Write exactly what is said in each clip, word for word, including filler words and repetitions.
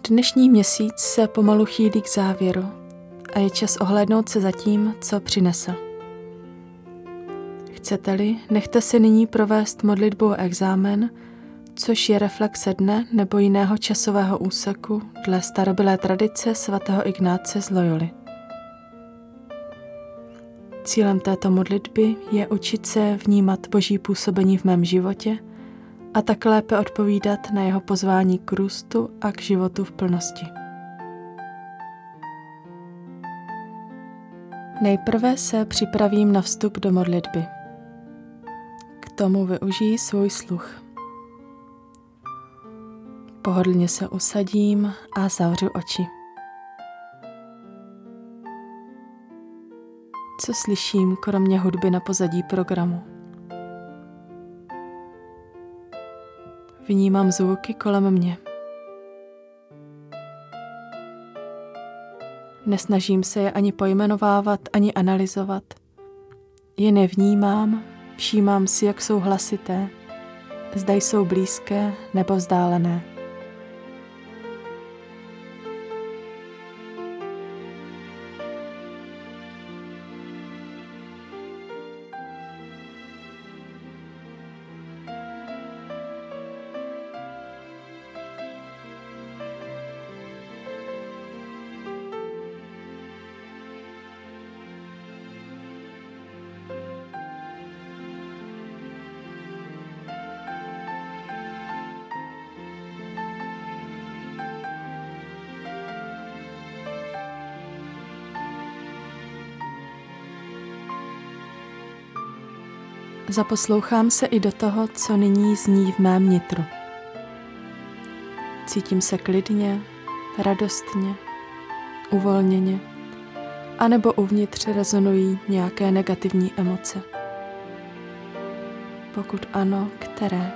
Dnešní měsíc se pomalu chýlí k závěru a je čas ohlédnout se za tím, co přinesl. Chcete-li, nechte si nyní provést modlitbu o exámen, což je reflexe dne nebo jiného časového úseku dle starobylé tradice svatého Ignáce z Loyoli. Cílem této modlitby je učit se vnímat Boží působení v mém životě a tak lépe odpovídat na jeho pozvání k růstu a k životu v plnosti. Nejprve se připravím na vstup do modlitby. K tomu využiji svůj sluch. Pohodlně se usadím a zavřu oči. Co slyším kromě hudby na pozadí programu? Vnímám zvuky kolem mě. Nesnažím se je ani pojmenovávat, ani analyzovat. Je nevnímám, všímám si, jak jsou hlasité, zda jsou blízké nebo vzdálené. Zaposlouchám se i do toho, co nyní zní v mém nitru. Cítím se klidně, radostně, uvolněně, anebo uvnitř rezonují nějaké negativní emoce. Pokud ano, které?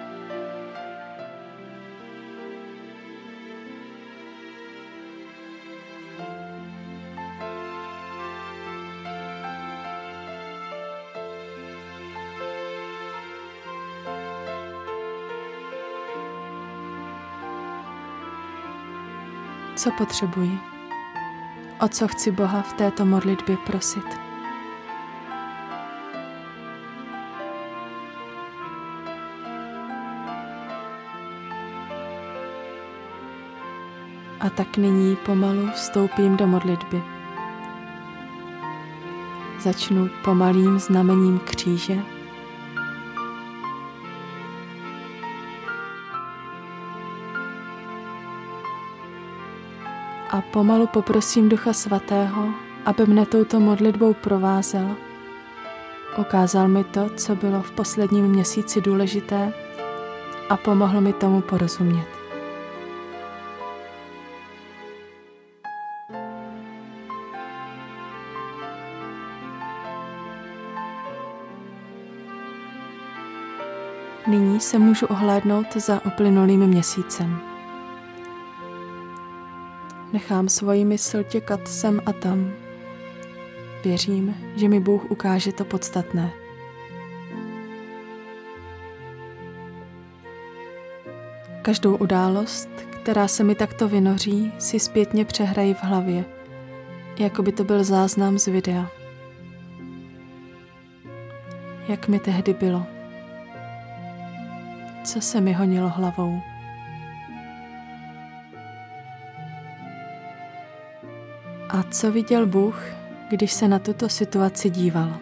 Co potřebuji? O co chci Boha v této modlitbě prosit? A tak nyní pomalu vstoupím do modlitby. Začnu pomalým znamením kříže. A pomalu poprosím Ducha Svatého, aby mne touto modlitbou provázel. Ukázal mi to, co bylo v posledním měsíci důležité a pomohl mi tomu porozumět. Nyní se můžu ohlédnout za uplynulým měsícem. Nechám svoji mysl těkat sem a tam. Věřím, že mi Bůh ukáže to podstatné. Každou událost, která se mi takto vynoří, si zpětně přehraji v hlavě, jako by to byl záznam z videa. Jak mi tehdy bylo? Co se mi honilo hlavou? A co viděl Bůh, když se na tuto situaci díval?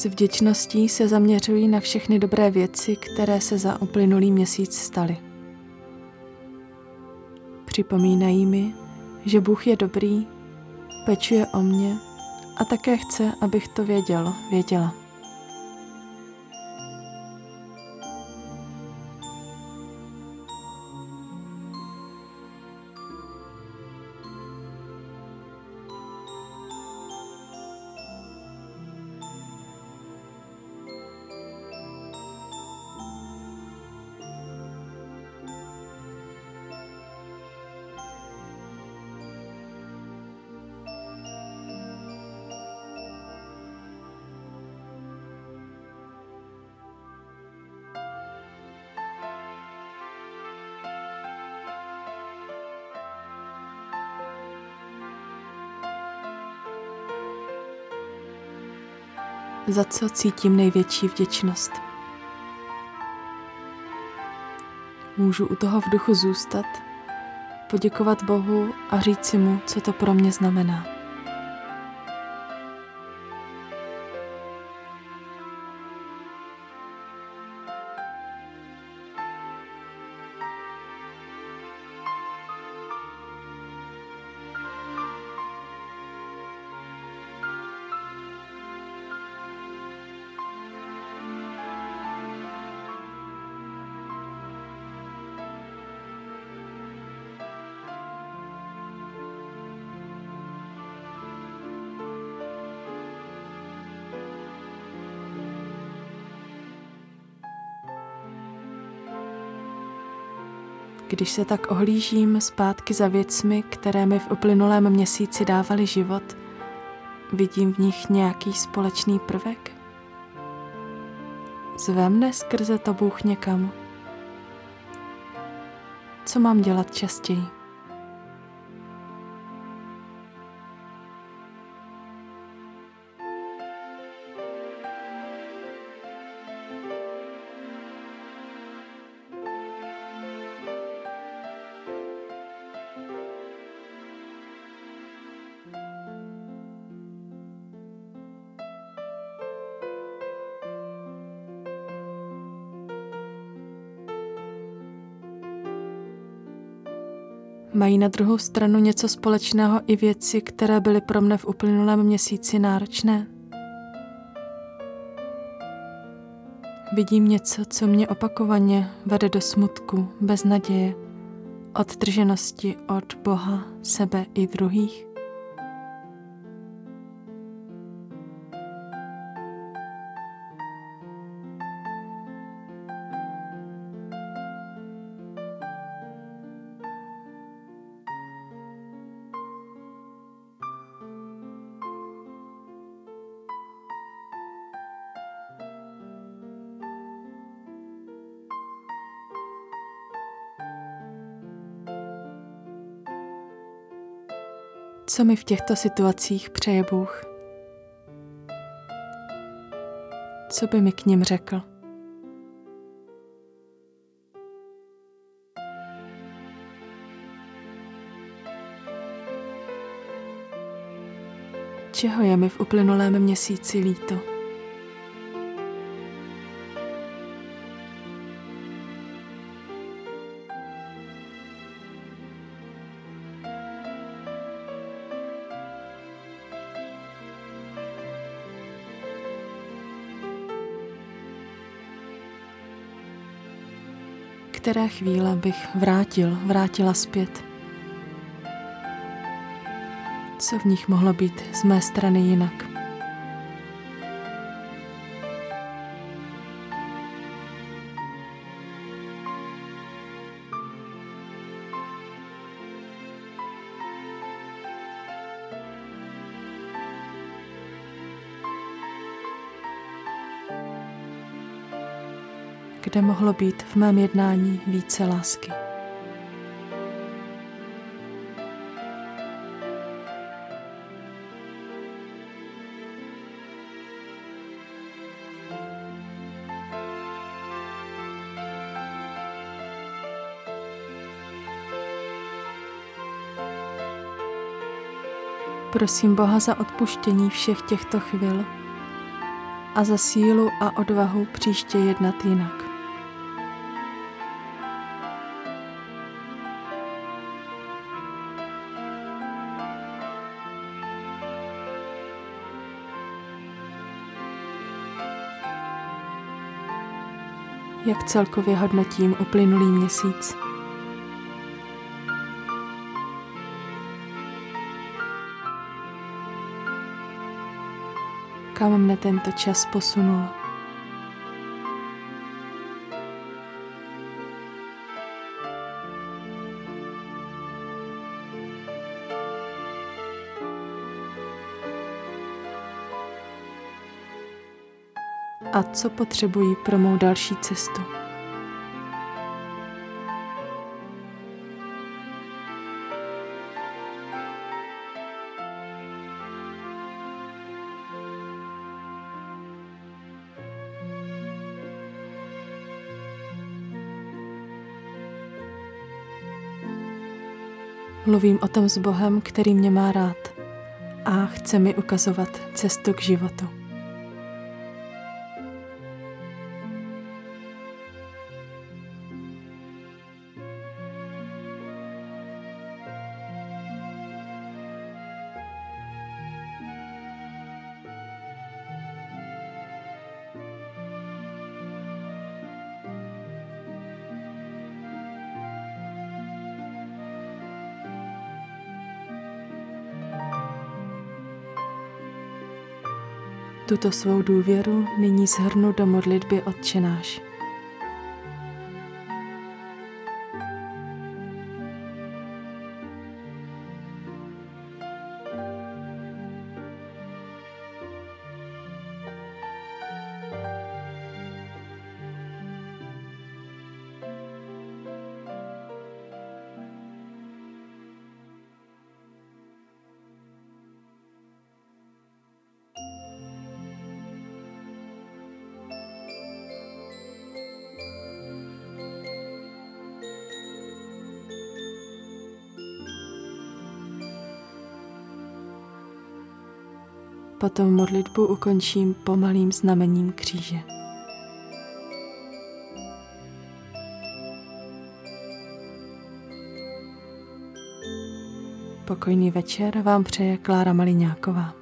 S vděčností se zaměřuji na všechny dobré věci, které se za uplynulý měsíc staly. Připomínají mi, že Bůh je dobrý, pečuje o mě a také chce, abych to věděl, věděla. Za co cítím největší vděčnost? Můžu u toho v duchu zůstat, poděkovat Bohu a říci mu, co to pro mě znamená. Když se tak ohlížím zpátky za věcmi, které mi v uplynulém měsíci dávaly život, vidím v nich nějaký společný prvek? Zve mne skrze to Bůh někam? Co mám dělat častěji? Mají na druhou stranu něco společného i věci, které byly pro mne v uplynulém měsíci náročné? Vidím něco, co mě opakovaně vede do smutku, beznaděje, odtrženosti od Boha, sebe i druhých? Co mi v těchto situacích přeje Bůh? Co by mi k nim řekl? Čeho je mi v uplynulém měsíci líto? Které chvíle bych vrátil, vrátila zpět? Co v nich mohlo být z mé strany jinak? Kde mohlo být v mém jednání více lásky? Prosím Boha za odpuštění všech těchto chvil a za sílu a odvahu příště jednat jinak. Jak celkově hodnotím uplynulý měsíc? Kam mne tento čas posunul? A co potřebuji pro mou další cestu? Mluvím o tom s Bohem, který mě má rád a chce mi ukazovat cestu k životu. Tuto svou důvěru nyní shrnu do modlitby Otčenáš. Potom modlitbu ukončím pomalým znamením kříže. Pokojný večer vám přeje Klára Maliňáková.